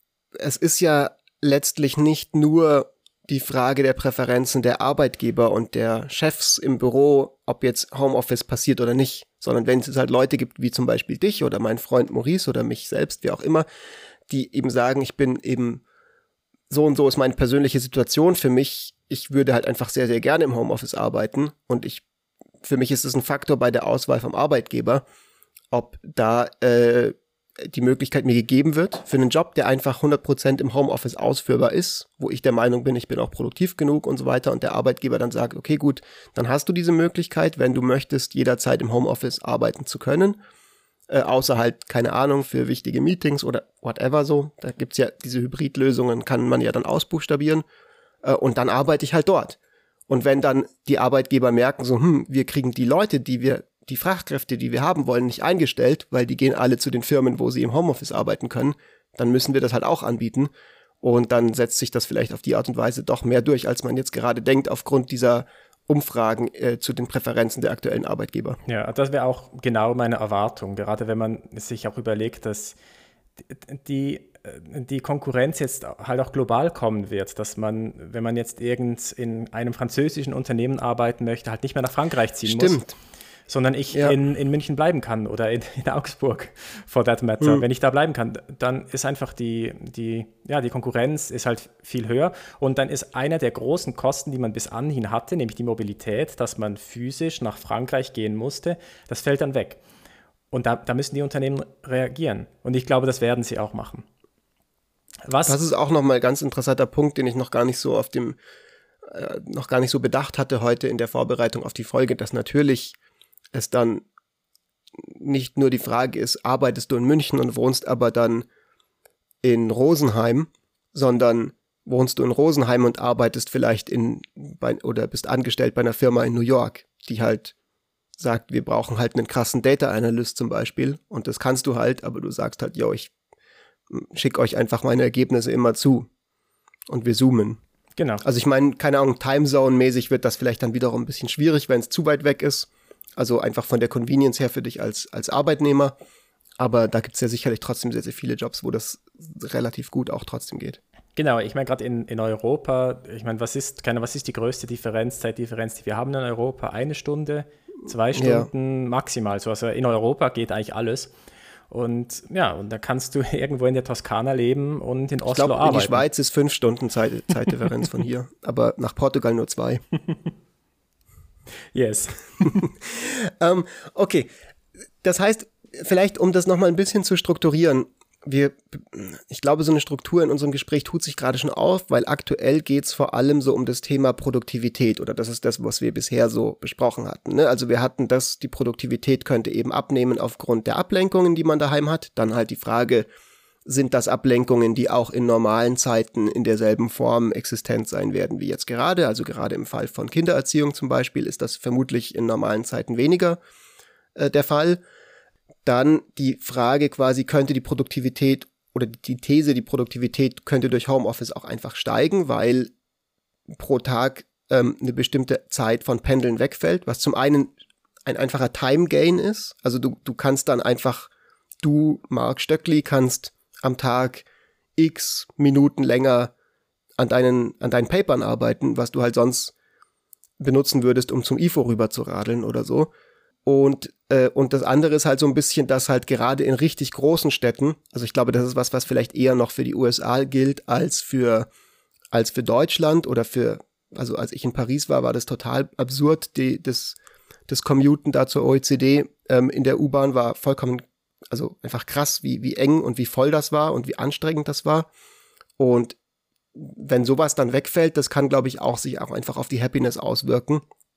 es ist ja letztlich nicht nur die Frage der Präferenzen der Arbeitgeber und der Chefs im Büro, ob jetzt Homeoffice passiert oder nicht, sondern wenn es halt Leute gibt, wie zum Beispiel dich oder meinen Freund Maurice oder mich selbst, wie auch immer, die eben sagen, ich bin eben so und so ist meine persönliche Situation für mich, ich würde halt einfach sehr, sehr gerne im Homeoffice arbeiten und ich, für mich ist es ein Faktor bei der Auswahl vom Arbeitgeber, ob da äh, die Möglichkeit mir gegeben wird für einen Job, der einfach hundert Prozent im Homeoffice ausführbar ist, wo ich der Meinung bin, ich bin auch produktiv genug und so weiter und der Arbeitgeber dann sagt, okay, gut, dann hast du diese Möglichkeit, wenn du möchtest, jederzeit im Homeoffice arbeiten zu können, äh, außer halt, keine Ahnung, für wichtige Meetings oder whatever so, da gibt's ja diese Hybridlösungen, kann man ja dann ausbuchstabieren äh, und dann arbeite ich halt dort. Und wenn dann die Arbeitgeber merken, so, hm, wir kriegen die Leute, die wir die Fachkräfte, die wir haben wollen, nicht eingestellt, weil die gehen alle zu den Firmen, wo sie im Homeoffice arbeiten können, dann müssen wir das halt auch anbieten. Und dann setzt sich das vielleicht auf die Art und Weise doch mehr durch, als man jetzt gerade denkt, aufgrund dieser Umfragen äh, zu den Präferenzen der aktuellen Arbeitgeber. Ja, das wäre auch genau meine Erwartung, gerade wenn man sich auch überlegt, dass die, die Konkurrenz jetzt halt auch global kommen wird, dass man, wenn man jetzt irgend in einem französischen Unternehmen arbeiten möchte, halt nicht mehr nach Frankreich ziehen Stimmt. muss. Sondern ich ja. in, in München bleiben kann oder in, in Augsburg, for that matter. Mhm. Wenn ich da bleiben kann, dann ist einfach die, die, ja, die Konkurrenz ist halt viel höher. Und dann ist einer der großen Kosten, die man bis anhin hatte, nämlich die Mobilität, dass man physisch nach Frankreich gehen musste, das fällt dann weg. Und da, da müssen die Unternehmen reagieren. Und ich glaube, das werden sie auch machen. Was? Das ist auch nochmal ein ganz interessanter Punkt, den ich noch gar nicht so auf dem, äh, noch gar nicht so bedacht hatte heute in der Vorbereitung auf die Folge, dass natürlich es dann nicht nur die Frage ist, arbeitest du in München und wohnst aber dann in Rosenheim, sondern wohnst du in Rosenheim und arbeitest vielleicht in bei, oder bist angestellt bei einer Firma in New York, die halt sagt, wir brauchen halt einen krassen Data Analyst zum Beispiel und das kannst du halt, aber du sagst halt, yo, ich schick euch einfach meine Ergebnisse immer zu und wir zoomen. Genau. Also ich meine, keine Ahnung, Timezone-mäßig wird das vielleicht dann wiederum ein bisschen schwierig, wenn es zu weit weg ist. Also einfach von der Convenience her für dich als, als Arbeitnehmer. Aber da gibt es ja sicherlich trotzdem sehr, sehr viele Jobs, wo das relativ gut auch trotzdem geht. Genau, ich meine gerade in, in Europa, ich meine, was ist, keine, was ist die größte Differenz, Zeitdifferenz, die wir haben in Europa? Eine Stunde, zwei Stunden ja. maximal. So, also in Europa geht eigentlich alles. Und ja, und da kannst du irgendwo in der Toskana leben und in Oslo ich glaub, arbeiten. In die Schweiz ist fünf Stunden Zeit, Zeitdifferenz von hier, aber nach Portugal nur zwei. Yes. ähm, okay, das heißt, vielleicht um das nochmal ein bisschen zu strukturieren, wir, ich glaube, so eine Struktur in unserem Gespräch tut sich gerade schon auf, weil aktuell geht es vor allem so um das Thema Produktivität oder das ist das, was wir bisher so besprochen hatten. Ne? Also wir hatten das, die Produktivität könnte eben abnehmen aufgrund der Ablenkungen, die man daheim hat. Dann halt die Frage, sind das Ablenkungen, die auch in normalen Zeiten in derselben Form existent sein werden wie jetzt gerade? Also gerade im Fall von Kindererziehung zum Beispiel ist das vermutlich in normalen Zeiten weniger äh, der Fall. Dann die Frage quasi, könnte die Produktivität oder die These, die Produktivität könnte durch Homeoffice auch einfach steigen, weil pro Tag ähm, eine bestimmte Zeit von Pendeln wegfällt, was zum einen ein einfacher Time Gain ist. Also du, du kannst dann einfach, du, Marc Stöckli, kannst am Tag x Minuten länger an deinen, an deinen Papern arbeiten, was du halt sonst benutzen würdest, um zum I F O rüber zu radeln oder so. Und, äh, und das andere ist halt so ein bisschen, dass halt gerade in richtig großen Städten, also ich glaube, das ist was, was vielleicht eher noch für die U S A gilt, als für, als für Deutschland oder für, also als ich in Paris war, war das total absurd, die, das, das Commuten da zur O E C D ähm, in der U-Bahn war vollkommen, also einfach krass, wie, wie eng und wie voll das war und wie anstrengend das war. Und wenn sowas dann wegfällt, das kann, glaube ich, auch sich auch einfach auf die Happiness auswirken.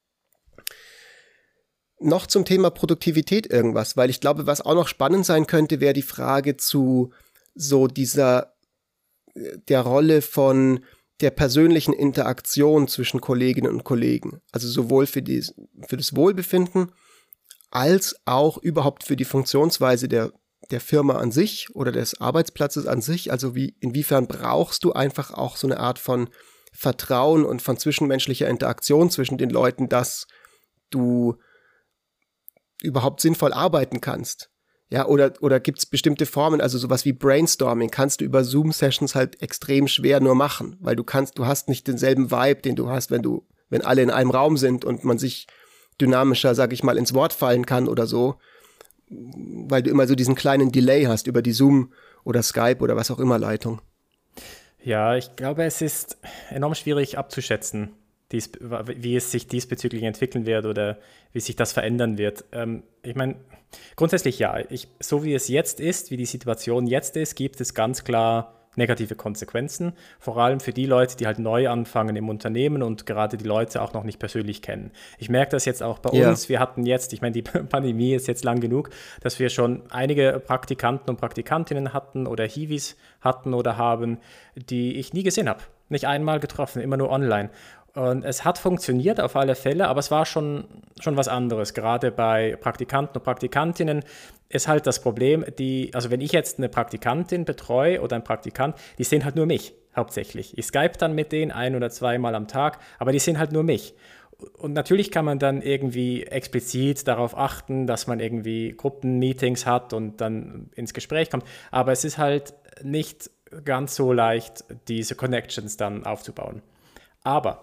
Noch zum Thema Produktivität irgendwas, weil ich glaube, was auch noch spannend sein könnte, wäre die Frage zu so dieser, der Rolle von der persönlichen Interaktion zwischen Kolleginnen und Kollegen. Also sowohl für, die, für das Wohlbefinden als auch überhaupt für die Funktionsweise der, der Firma an sich oder des Arbeitsplatzes an sich. Also wie, inwiefern brauchst du einfach auch so eine Art von Vertrauen und von zwischenmenschlicher Interaktion zwischen den Leuten, dass du überhaupt sinnvoll arbeiten kannst. Ja, oder, oder gibt es bestimmte Formen, also sowas wie Brainstorming kannst du über Zoom-Sessions halt extrem schwer nur machen, weil du kannst, du hast nicht denselben Vibe, den du hast, wenn du, wenn alle in einem Raum sind und man sich dynamischer, sag ich mal, ins Wort fallen kann oder so, weil du immer so diesen kleinen Delay hast über die Zoom oder Skype oder was auch immer Leitung. Ja, ich glaube, es ist enorm schwierig abzuschätzen, dies, wie es sich diesbezüglich entwickeln wird oder wie sich das verändern wird. Ähm, ich meine, grundsätzlich ja, ich, so wie es jetzt ist, wie die Situation jetzt ist, gibt es ganz klar negative Konsequenzen, vor allem für die Leute, die halt neu anfangen im Unternehmen und gerade die Leute auch noch nicht persönlich kennen. Ich merke das jetzt auch bei ja. uns. Wir hatten jetzt, ich meine, die Pandemie ist jetzt lang genug, dass wir schon einige Praktikanten und Praktikantinnen hatten oder Hiwis hatten oder haben, die ich nie gesehen habe. Nicht einmal getroffen, immer nur online. Und es hat funktioniert auf alle Fälle, aber es war schon, schon was anderes. Gerade bei Praktikanten und Praktikantinnen ist halt das Problem, die, also wenn ich jetzt eine Praktikantin betreue oder einen Praktikant, die sehen halt nur mich hauptsächlich. Ich Skype dann mit denen ein- oder zweimal am Tag, aber die sehen halt nur mich. Und natürlich kann man dann irgendwie explizit darauf achten, dass man irgendwie Gruppenmeetings hat und dann ins Gespräch kommt, aber es ist halt nicht ganz so leicht, diese Connections dann aufzubauen. Aber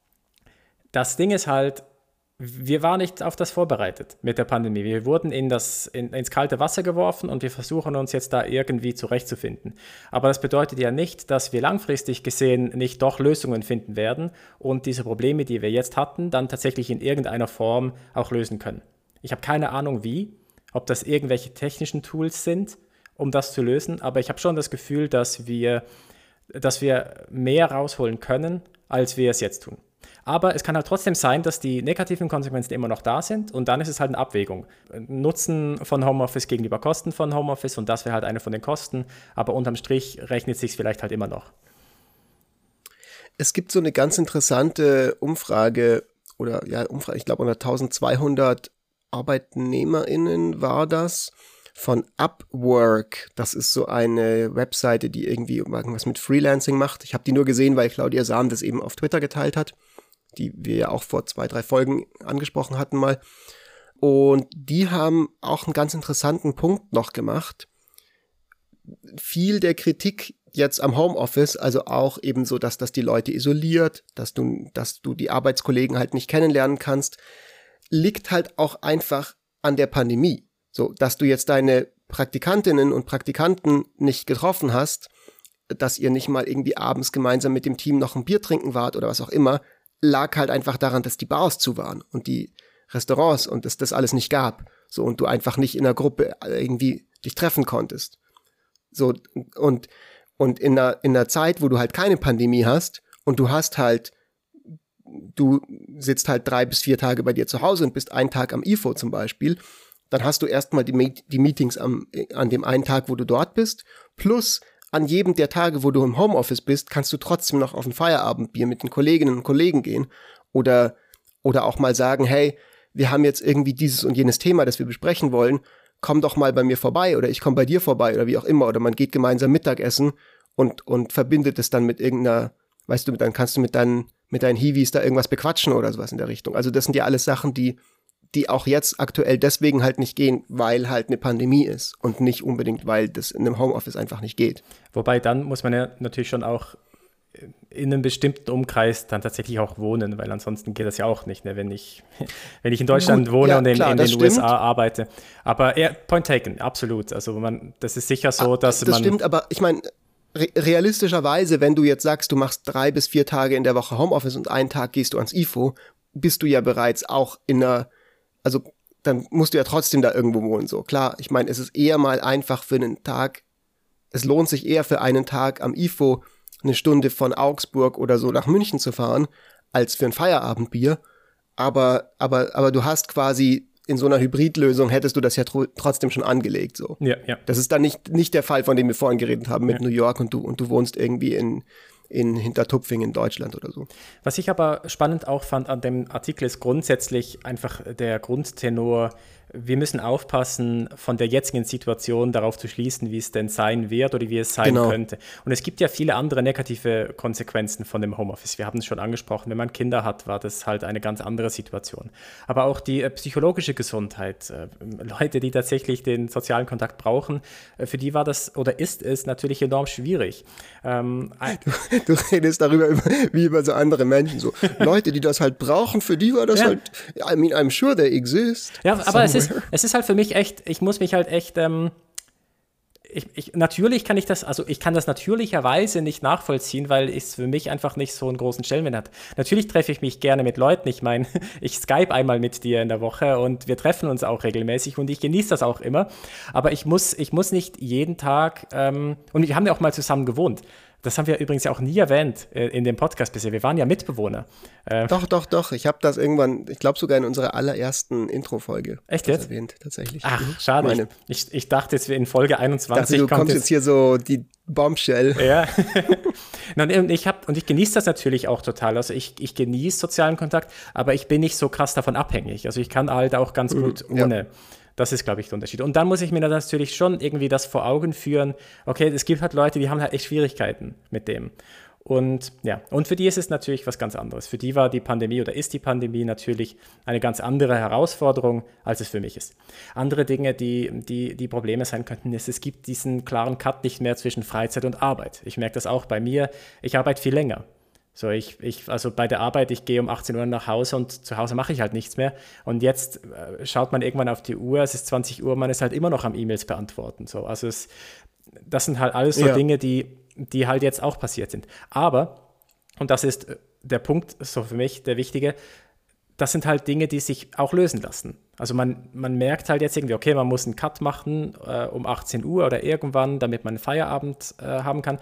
das Ding ist halt, wir waren nicht auf das vorbereitet mit der Pandemie. Wir wurden in das, in, ins kalte Wasser geworfen und wir versuchen uns jetzt da irgendwie zurechtzufinden. Aber das bedeutet ja nicht, dass wir langfristig gesehen nicht doch Lösungen finden werden und diese Probleme, die wir jetzt hatten, dann tatsächlich in irgendeiner Form auch lösen können. Ich habe keine Ahnung wie, ob das irgendwelche technischen Tools sind, um das zu lösen, aber ich habe schon das Gefühl, dass wir, dass wir mehr rausholen können, als wir es jetzt tun. Aber es kann halt trotzdem sein, dass die negativen Konsequenzen immer noch da sind und dann ist es halt eine Abwägung. Nutzen von Homeoffice gegenüber Kosten von Homeoffice und das wäre halt eine von den Kosten, aber unterm Strich rechnet es sich vielleicht halt immer noch. Es gibt so eine ganz interessante Umfrage oder ja, Umfrage, ich glaube unter eintausendzweihundert ArbeitnehmerInnen war das, von Upwork. Das ist so eine Webseite, die irgendwie irgendwas mit Freelancing macht. Ich habe die nur gesehen, weil Claudia Sahn das eben auf Twitter geteilt hat, die wir ja auch vor zwei, drei Folgen angesprochen hatten mal. Und die haben auch einen ganz interessanten Punkt noch gemacht. Viel der Kritik jetzt am Homeoffice, also auch eben so, dass das die Leute isoliert, dass du, dass du die Arbeitskollegen halt nicht kennenlernen kannst, liegt halt auch einfach an der Pandemie. So, dass du jetzt deine Praktikantinnen und Praktikanten nicht getroffen hast, dass ihr nicht mal irgendwie abends gemeinsam mit dem Team noch ein Bier trinken wart oder was auch immer, lag halt einfach daran, dass die Bars zu waren und die Restaurants und es das alles nicht gab. So, und du einfach nicht in der Gruppe irgendwie dich treffen konntest. So, und, und in einer, in einer Zeit, wo du halt keine Pandemie hast und du hast halt, du sitzt halt drei bis vier Tage bei dir zu Hause und bist einen Tag am I F O zum Beispiel, dann hast du erstmal die, die Meetings am, an dem einen Tag, wo du dort bist, plus an jedem der Tage, wo du im Homeoffice bist, kannst du trotzdem noch auf ein Feierabendbier mit den Kolleginnen und Kollegen gehen oder, oder auch mal sagen, hey, wir haben jetzt irgendwie dieses und jenes Thema, das wir besprechen wollen, komm doch mal bei mir vorbei oder ich komme bei dir vorbei oder wie auch immer, oder man geht gemeinsam Mittagessen und, und verbindet es dann mit irgendeiner, weißt du, dann kannst du mit deinen, mit deinen Hiwis da irgendwas bequatschen oder sowas in der Richtung. Also das sind ja alles Sachen, die die auch jetzt aktuell deswegen halt nicht gehen, weil halt eine Pandemie ist und nicht unbedingt, weil das in einem Homeoffice einfach nicht geht. Wobei dann muss man ja natürlich schon auch in einem bestimmten Umkreis dann tatsächlich auch wohnen, weil ansonsten geht das ja auch nicht, ne? wenn ich wenn ich in Deutschland Gut, wohne ja, und in, klar, in den stimmt. U S A arbeite. Aber ja, point taken, absolut. Also man, das ist sicher so, dass das man... Das stimmt, aber ich meine, re- realistischerweise, wenn du jetzt sagst, du machst drei bis vier Tage in der Woche Homeoffice und einen Tag gehst du ans I F O, bist du ja bereits auch in einer, also dann musst du ja trotzdem da irgendwo wohnen. So klar, ich meine, es ist eher mal einfach für einen Tag, es lohnt sich eher für einen Tag am I F O eine Stunde von Augsburg oder so nach München zu fahren, als für ein Feierabendbier. Aber, aber, aber du hast quasi in so einer Hybridlösung hättest du das ja tr- trotzdem schon angelegt. So. Ja, ja. Das ist dann nicht, nicht der Fall, von dem wir vorhin geredet haben mit ja. New York und du, und du wohnst irgendwie in, in Hintertupfing in Deutschland oder so. Was ich aber spannend auch fand an dem Artikel ist grundsätzlich einfach der Grundtenor, wir müssen aufpassen, von der jetzigen Situation darauf zu schließen, wie es denn sein wird oder wie es sein genau. könnte. Und es gibt ja viele andere negative Konsequenzen von dem Homeoffice. Wir haben es schon angesprochen, wenn man Kinder hat, war das halt eine ganz andere Situation. Aber auch die äh, psychologische Gesundheit, äh, Leute, die tatsächlich den sozialen Kontakt brauchen, äh, für die war das oder ist es natürlich enorm schwierig. Ähm, du, du redest darüber wie über so andere Menschen, so Leute, die das halt brauchen, für die war das ja. halt, I mean, I'm sure they exist. Ja, aber somewhere. es ist, es ist halt für mich echt, ich muss mich halt echt, ähm, ich, ich, natürlich kann ich das, also ich kann das natürlicherweise nicht nachvollziehen, weil es für mich einfach nicht so einen großen Stellenwert hat. Natürlich treffe ich mich gerne mit Leuten, ich meine, ich Skype einmal mit dir in der Woche und wir treffen uns auch regelmäßig und ich genieße das auch immer, aber ich muss, ich muss nicht jeden Tag, ähm, und wir haben ja auch mal zusammen gewohnt. Das haben wir übrigens ja auch nie erwähnt äh, in dem Podcast bisher. Wir waren ja Mitbewohner. Äh, doch, doch, doch. Ich habe das irgendwann, ich glaube sogar in unserer allerersten Intro-Folge Echt jetzt? erwähnt, tatsächlich. Ach, schade. Meine. Ich, ich dachte jetzt in Folge einundzwanzig. Ich dachte, du kommst jetzt hier so die Bombshell. Ja. und, ich hab, und ich genieße das natürlich auch total. Also ich, ich genieße sozialen Kontakt, aber ich bin nicht so krass davon abhängig. Also ich kann halt auch ganz gut mhm, ohne. Ja. Das ist, glaube ich, der Unterschied. Und dann muss ich mir natürlich schon irgendwie das vor Augen führen, okay, es gibt halt Leute, die haben halt echt Schwierigkeiten mit dem. Und ja, und für die ist es natürlich was ganz anderes. Für die war die Pandemie oder ist die Pandemie natürlich eine ganz andere Herausforderung, als es für mich ist. Andere Dinge, die, die, die Probleme sein könnten, ist, es gibt diesen klaren Cut nicht mehr zwischen Freizeit und Arbeit. Ich merke das auch bei mir. Ich arbeite viel länger. So, ich, ich, also bei der Arbeit, ich gehe um achtzehn Uhr nach Hause und zu Hause mache ich halt nichts mehr. Und jetzt äh, schaut man irgendwann auf die Uhr, es ist zwanzig Uhr, man ist halt immer noch am E-Mails beantworten. So. Also es, das sind halt alles so ja. Dinge, die, die halt jetzt auch passiert sind. Aber, und das ist der Punkt, so für mich der wichtige, das sind halt Dinge, die sich auch lösen lassen. Also man, man merkt halt jetzt irgendwie, okay, man muss einen Cut machen äh, um achtzehn Uhr oder irgendwann, damit man einen Feierabend äh, haben kann.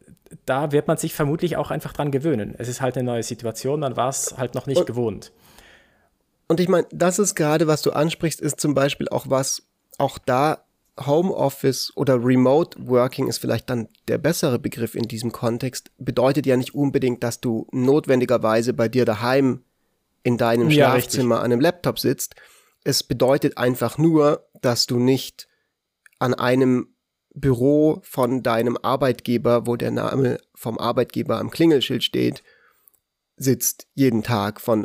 Da wird man sich vermutlich auch einfach dran gewöhnen. Es ist halt eine neue Situation, man war es halt noch nicht und, gewohnt. Und ich meine, das ist gerade, was du ansprichst, ist zum Beispiel auch was, auch da Homeoffice oder Remote Working ist vielleicht dann der bessere Begriff in diesem Kontext, bedeutet ja nicht unbedingt, dass du notwendigerweise bei dir daheim in deinem ja, Schlafzimmer richtig. an einem Laptop sitzt. Es bedeutet einfach nur, dass du nicht an einem Büro von deinem Arbeitgeber, wo der Name vom Arbeitgeber am Klingelschild steht, sitzt jeden Tag von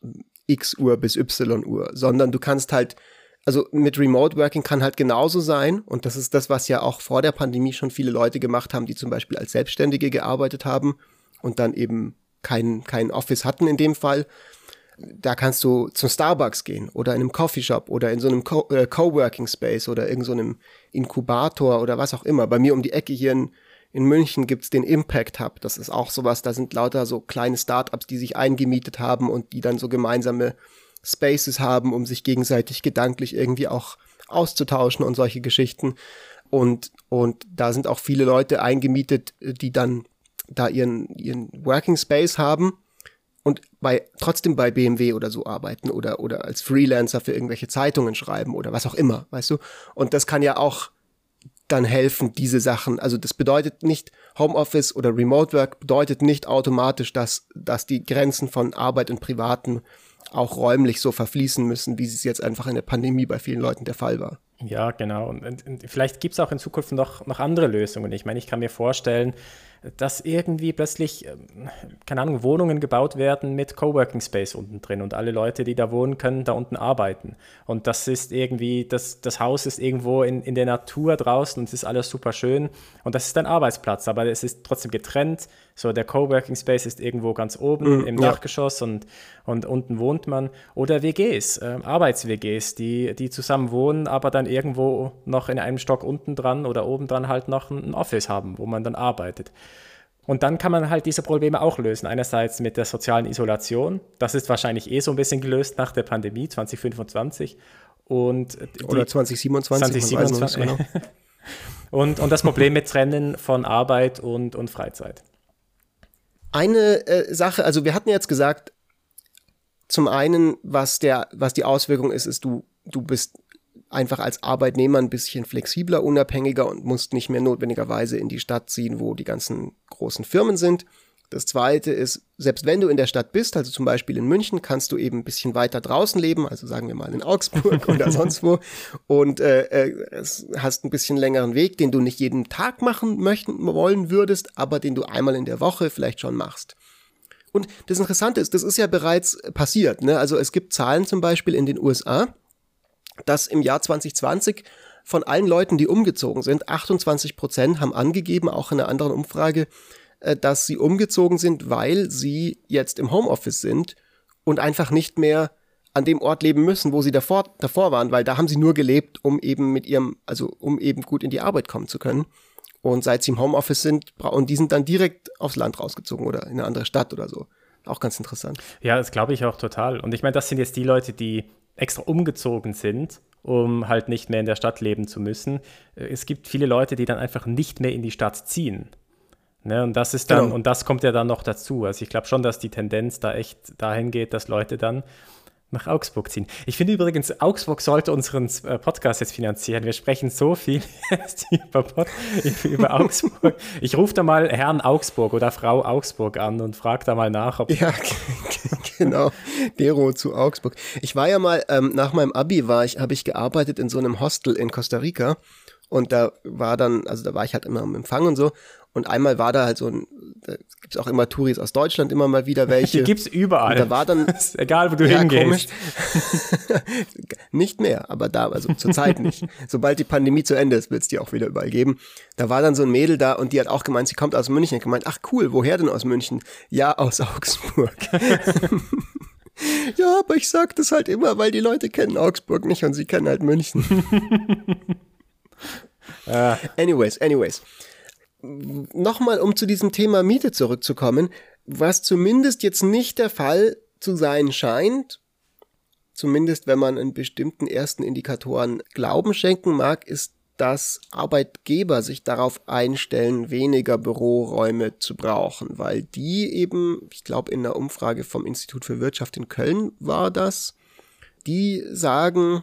X Uhr bis Y Uhr, sondern du kannst halt, also mit Remote Working kann halt genauso sein und das ist das, was ja auch vor der Pandemie schon viele Leute gemacht haben, die zum Beispiel als Selbstständige gearbeitet haben und dann eben kein, kein Office hatten in dem Fall. Da kannst du zum Starbucks gehen oder in einem Coffeeshop oder in so einem Co- äh, Coworking Space oder irgend so einem Inkubator oder was auch immer. Bei mir um die Ecke hier in, in München gibt's den Impact Hub. Das ist auch sowas, da sind lauter so kleine Startups, die sich eingemietet haben und die dann so gemeinsame Spaces haben, um sich gegenseitig gedanklich irgendwie auch auszutauschen und solche Geschichten. Und, und da sind auch viele Leute eingemietet, die dann da ihren, ihren Working Space haben. Und bei, trotzdem bei B M W oder so arbeiten oder, oder als Freelancer für irgendwelche Zeitungen schreiben oder was auch immer, weißt du? Und das kann ja auch dann helfen, diese Sachen, also das bedeutet nicht, Homeoffice oder Remote Work bedeutet nicht automatisch, dass, dass die Grenzen von Arbeit und Privaten auch räumlich so verfließen müssen, wie es jetzt einfach in der Pandemie bei vielen Leuten der Fall war. Ja, genau. Und, und, und vielleicht gibt es auch in Zukunft noch, noch andere Lösungen. Ich meine, ich kann mir vorstellen, dass irgendwie plötzlich, keine Ahnung, Wohnungen gebaut werden mit Coworking Space unten drin und alle Leute, die da wohnen, können da unten arbeiten. Und das ist irgendwie, das, das Haus ist irgendwo in, in der Natur draußen und es ist alles super schön und das ist ein Arbeitsplatz, aber es ist trotzdem getrennt. So, der Coworking Space ist irgendwo ganz oben mm, im ja. Dachgeschoss und, und unten wohnt man. Oder W Gs, äh, Arbeits-W Gs, die, die zusammen wohnen, aber dann irgendwo noch in einem Stock unten dran oder oben dran halt noch ein Office haben, wo man dann arbeitet. Und dann kann man halt diese Probleme auch lösen. Einerseits mit der sozialen Isolation. Das ist wahrscheinlich eh so ein bisschen gelöst nach der Pandemie zwanzig fünfundzwanzig. Und die, Oder zwanzig siebenundzwanzig. zwanzig siebenundzwanzig. Genau. und, und das Problem mit Trennen von Arbeit und, und Freizeit. Eine äh, Sache, also wir hatten jetzt gesagt, zum einen, was der, was die Auswirkung ist, ist, du, du bist einfach als Arbeitnehmer ein bisschen flexibler, unabhängiger und musst nicht mehr notwendigerweise in die Stadt ziehen, wo die ganzen großen Firmen sind, Das zweite ist, selbst wenn du in der Stadt bist, also zum Beispiel in München, kannst du eben ein bisschen weiter draußen leben, also sagen wir mal in Augsburg oder sonst wo, und äh, äh, hast ein bisschen längeren Weg, den du nicht jeden Tag machen möchten wollen würdest, aber den du einmal in der Woche vielleicht schon machst. Und das Interessante ist, das ist ja bereits passiert, ne? Also es gibt Zahlen zum Beispiel in den U S A, dass im Jahr zwanzig zwanzig von allen Leuten, die umgezogen sind, achtundzwanzig Prozent haben angegeben, auch in einer anderen Umfrage, dass sie umgezogen sind, weil sie jetzt im Homeoffice sind und einfach nicht mehr an dem Ort leben müssen, wo sie davor, davor waren, weil da haben sie nur gelebt, um eben mit ihrem, also um eben gut in die Arbeit kommen zu können. Und seit sie im Homeoffice sind, und die sind dann direkt aufs Land rausgezogen oder in eine andere Stadt oder so. Auch ganz interessant. Ja, das glaube ich auch total. Und ich meine, das sind jetzt die Leute, die extra umgezogen sind, um halt nicht mehr in der Stadt leben zu müssen. Es gibt viele Leute, die dann einfach nicht mehr in die Stadt ziehen. Ne, und das ist dann, genau. Und das kommt ja dann noch dazu. Also ich glaube schon, dass die Tendenz da echt dahin geht, dass Leute dann nach Augsburg ziehen. Ich finde übrigens, Augsburg sollte unseren Podcast jetzt finanzieren. Wir sprechen so viel jetzt über, über Augsburg. Ich rufe da mal Herrn Augsburg oder Frau Augsburg an und frage da mal nach, ob... Ja, genau. Dero zu Augsburg. Ich war ja mal, ähm, nach meinem Abi war ich, habe ich gearbeitet in so einem Hostel in Costa Rica. Und da war dann, also da war ich halt immer am Empfang und so. Und einmal war da halt so ein, da gibt es auch immer Touris aus Deutschland, immer mal wieder welche. Die gibt's überall. Und da war dann, ist egal, wo du ja, hingehst. Nicht mehr, aber da, also zur Zeit nicht. Sobald die Pandemie zu Ende ist, wird es die auch wieder überall geben. Da war dann so ein Mädel da und die hat auch gemeint, sie kommt aus München. Ich gemeint, ach cool, woher denn aus München? Ja, aus Augsburg. Ja, aber ich sag das halt immer, weil die Leute kennen Augsburg nicht und sie kennen halt München. Uh. Anyways, anyways. Nochmal, um zu diesem Thema Miete zurückzukommen, was zumindest jetzt nicht der Fall zu sein scheint, zumindest wenn man in bestimmten ersten Indikatoren Glauben schenken mag, ist, dass Arbeitgeber sich darauf einstellen, weniger Büroräume zu brauchen, weil die eben, ich glaube in einer Umfrage vom Institut für Wirtschaft in Köln war das, die sagen,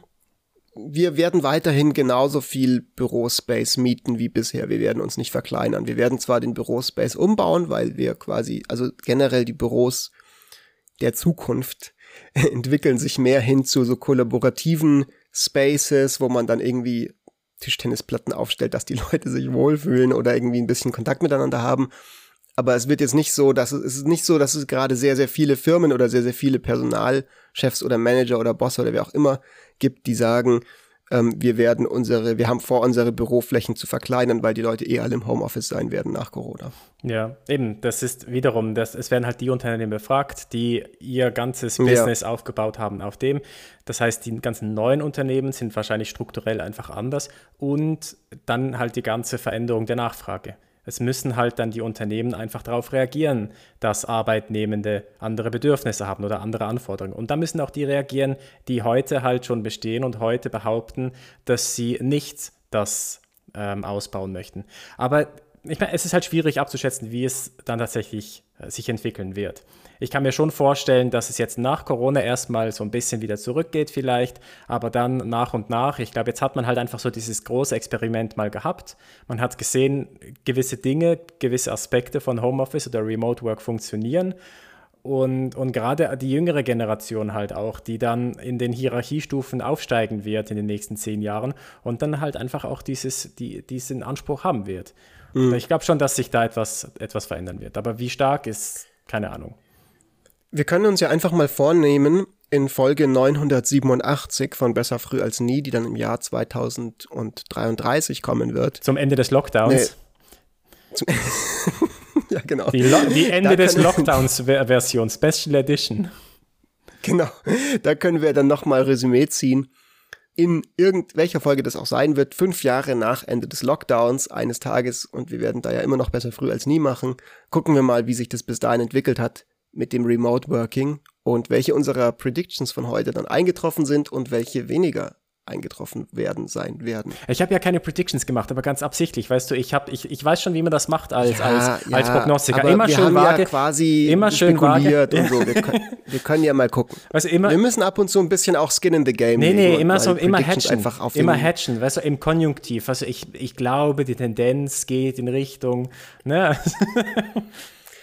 wir werden weiterhin genauso viel Bürospace mieten wie bisher. Wir werden uns nicht verkleinern. Wir werden zwar den Bürospace umbauen, weil wir quasi, also generell die Büros der Zukunft entwickeln sich mehr hin zu so kollaborativen Spaces, wo man dann irgendwie Tischtennisplatten aufstellt, dass die Leute sich wohlfühlen oder irgendwie ein bisschen Kontakt miteinander haben. Aber es wird jetzt nicht so, dass es, es ist nicht so, dass es gerade sehr, sehr viele Firmen oder sehr, sehr viele Personalchefs oder Manager oder Bosse oder wer auch immer gibt, die sagen, ähm, wir werden unsere, wir haben vor, unsere Büroflächen zu verkleinern, weil die Leute eh alle im Homeoffice sein werden nach Corona. Ja, eben, das ist wiederum, das, es werden halt die Unternehmen befragt, die ihr ganzes Business ja. aufgebaut haben auf dem. Das heißt, die ganzen neuen Unternehmen sind wahrscheinlich strukturell einfach anders und dann halt die ganze Veränderung der Nachfrage. Es müssen halt dann die Unternehmen einfach darauf reagieren, dass Arbeitnehmende andere Bedürfnisse haben oder andere Anforderungen. Und da müssen auch die reagieren, die heute halt schon bestehen und heute behaupten, dass sie nicht das ähm, ausbauen möchten. Aber ich meine, es ist halt schwierig abzuschätzen, wie es dann tatsächlich äh, sich entwickeln wird. Ich kann mir schon vorstellen, dass es jetzt nach Corona erstmal so ein bisschen wieder zurückgeht vielleicht, aber dann nach und nach, ich glaube, jetzt hat man halt einfach so dieses große Experiment mal gehabt. Man hat gesehen, gewisse Dinge, gewisse Aspekte von Homeoffice oder Remote Work funktionieren und, und gerade die jüngere Generation halt auch, die dann in den Hierarchiestufen aufsteigen wird in den nächsten zehn Jahren und dann halt einfach auch dieses, die, diesen Anspruch haben wird. Mhm. Ich glaube schon, dass sich da etwas, etwas verändern wird, aber wie stark ist, keine Ahnung. Wir können uns ja einfach mal vornehmen, in Folge neunhundertsiebenundachtzig von Besser früh als nie, die dann im Jahr zweitausenddreiunddreißig kommen wird. Zum Ende des Lockdowns. Nee. Ja, genau. Die, Lo- die Ende des Lockdowns-Version, Special Edition. Genau, da können wir dann nochmal Resümee ziehen. In irgendwelcher Folge das auch sein wird, fünf Jahre nach Ende des Lockdowns eines Tages, und wir werden da ja immer noch Besser früh als nie machen, gucken wir mal, wie sich das bis dahin entwickelt hat mit dem Remote Working und welche unserer Predictions von heute dann eingetroffen sind und welche weniger eingetroffen werden sein werden. Ich habe ja keine Predictions gemacht, aber ganz absichtlich, weißt du, ich habe ich, ich weiß schon, wie man das macht als ja, als, ja, als Prognostiker. Aber immer wir schön haben vage, ja quasi immer schön spekuliert vage. und so. Wir können, wir können ja mal gucken. Weißt du, immer, wir müssen ab und zu ein bisschen auch Skin in the Game. Nee, nee, immer so, immer hatchen. Einfach auf immer hatchen, weißt du, im Konjunktiv. Also ich, ich glaube, die Tendenz geht in Richtung, ne?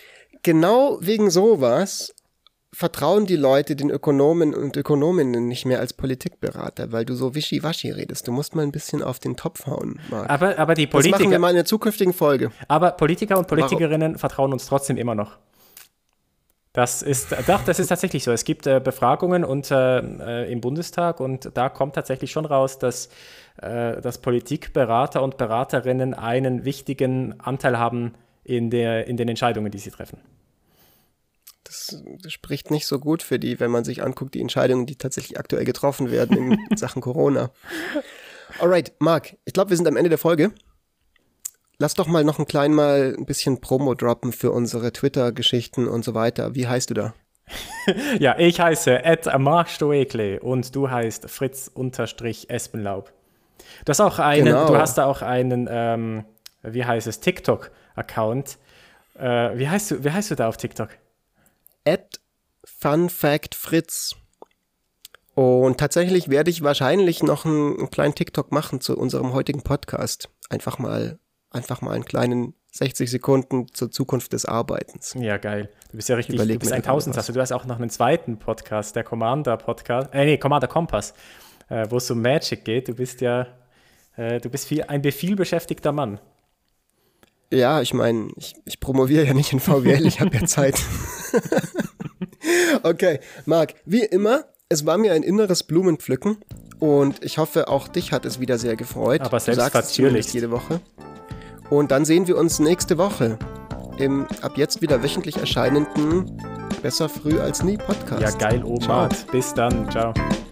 genau wegen sowas vertrauen die Leute den Ökonomen und Ökonominnen nicht mehr als Politikberater, weil du so wischiwaschi redest. Du musst mal ein bisschen auf den Topf hauen, Marc. Aber, aber die Politiker, das machen wir mal in der zukünftigen Folge. Aber Politiker und Politikerinnen Warum? vertrauen uns trotzdem immer noch. Das ist, doch, das ist tatsächlich so. Es gibt äh, Befragungen und, äh, im Bundestag und da kommt tatsächlich schon raus, dass, äh, dass Politikberater und Beraterinnen einen wichtigen Anteil haben in, der, in den Entscheidungen, die sie treffen. Das, das spricht nicht so gut für die, wenn man sich anguckt, die Entscheidungen, die tatsächlich aktuell getroffen werden in Sachen Corona. Alright, Marc, ich glaube, wir sind am Ende der Folge. Lass doch mal noch ein klein mal ein bisschen Promo droppen für unsere Twitter-Geschichten und so weiter. Wie heißt du da? Ja, ich heiße at Marc Stoekle und du heißt Fritz-Espenlaub. Du hast auch einen, genau. du hast da auch einen, ähm, wie heißt es, TikTok-Account. Äh, wie heißt du, wie heißt du da auf TikTok? At FunFactFritz. Und tatsächlich werde ich wahrscheinlich noch einen, einen kleinen TikTok machen zu unserem heutigen Podcast. Einfach mal, einfach mal einen kleinen sechzig Sekunden zur Zukunft des Arbeitens. Ja, geil. Du bist ja richtig, Überleg du bist ein Tausendsasser. Du hast auch noch einen zweiten Podcast, der Commander-Podcast, äh, nee, Commander Kompass, äh, wo es um Magic geht. Du bist ja, äh, du bist viel, ein bevielbeschäftigter Mann. Ja, ich meine, ich, ich promoviere ja nicht in V W L, ich habe ja Zeit. Okay, Marc, wie immer, es war mir ein inneres Blumenpflücken und ich hoffe, auch dich hat es wieder sehr gefreut. Aber selbstverständlich. jede Woche. Und dann sehen wir uns nächste Woche im ab jetzt wieder wöchentlich erscheinenden Besser früh als nie Podcast. Ja, geil, Omat. Bis dann. Ciao.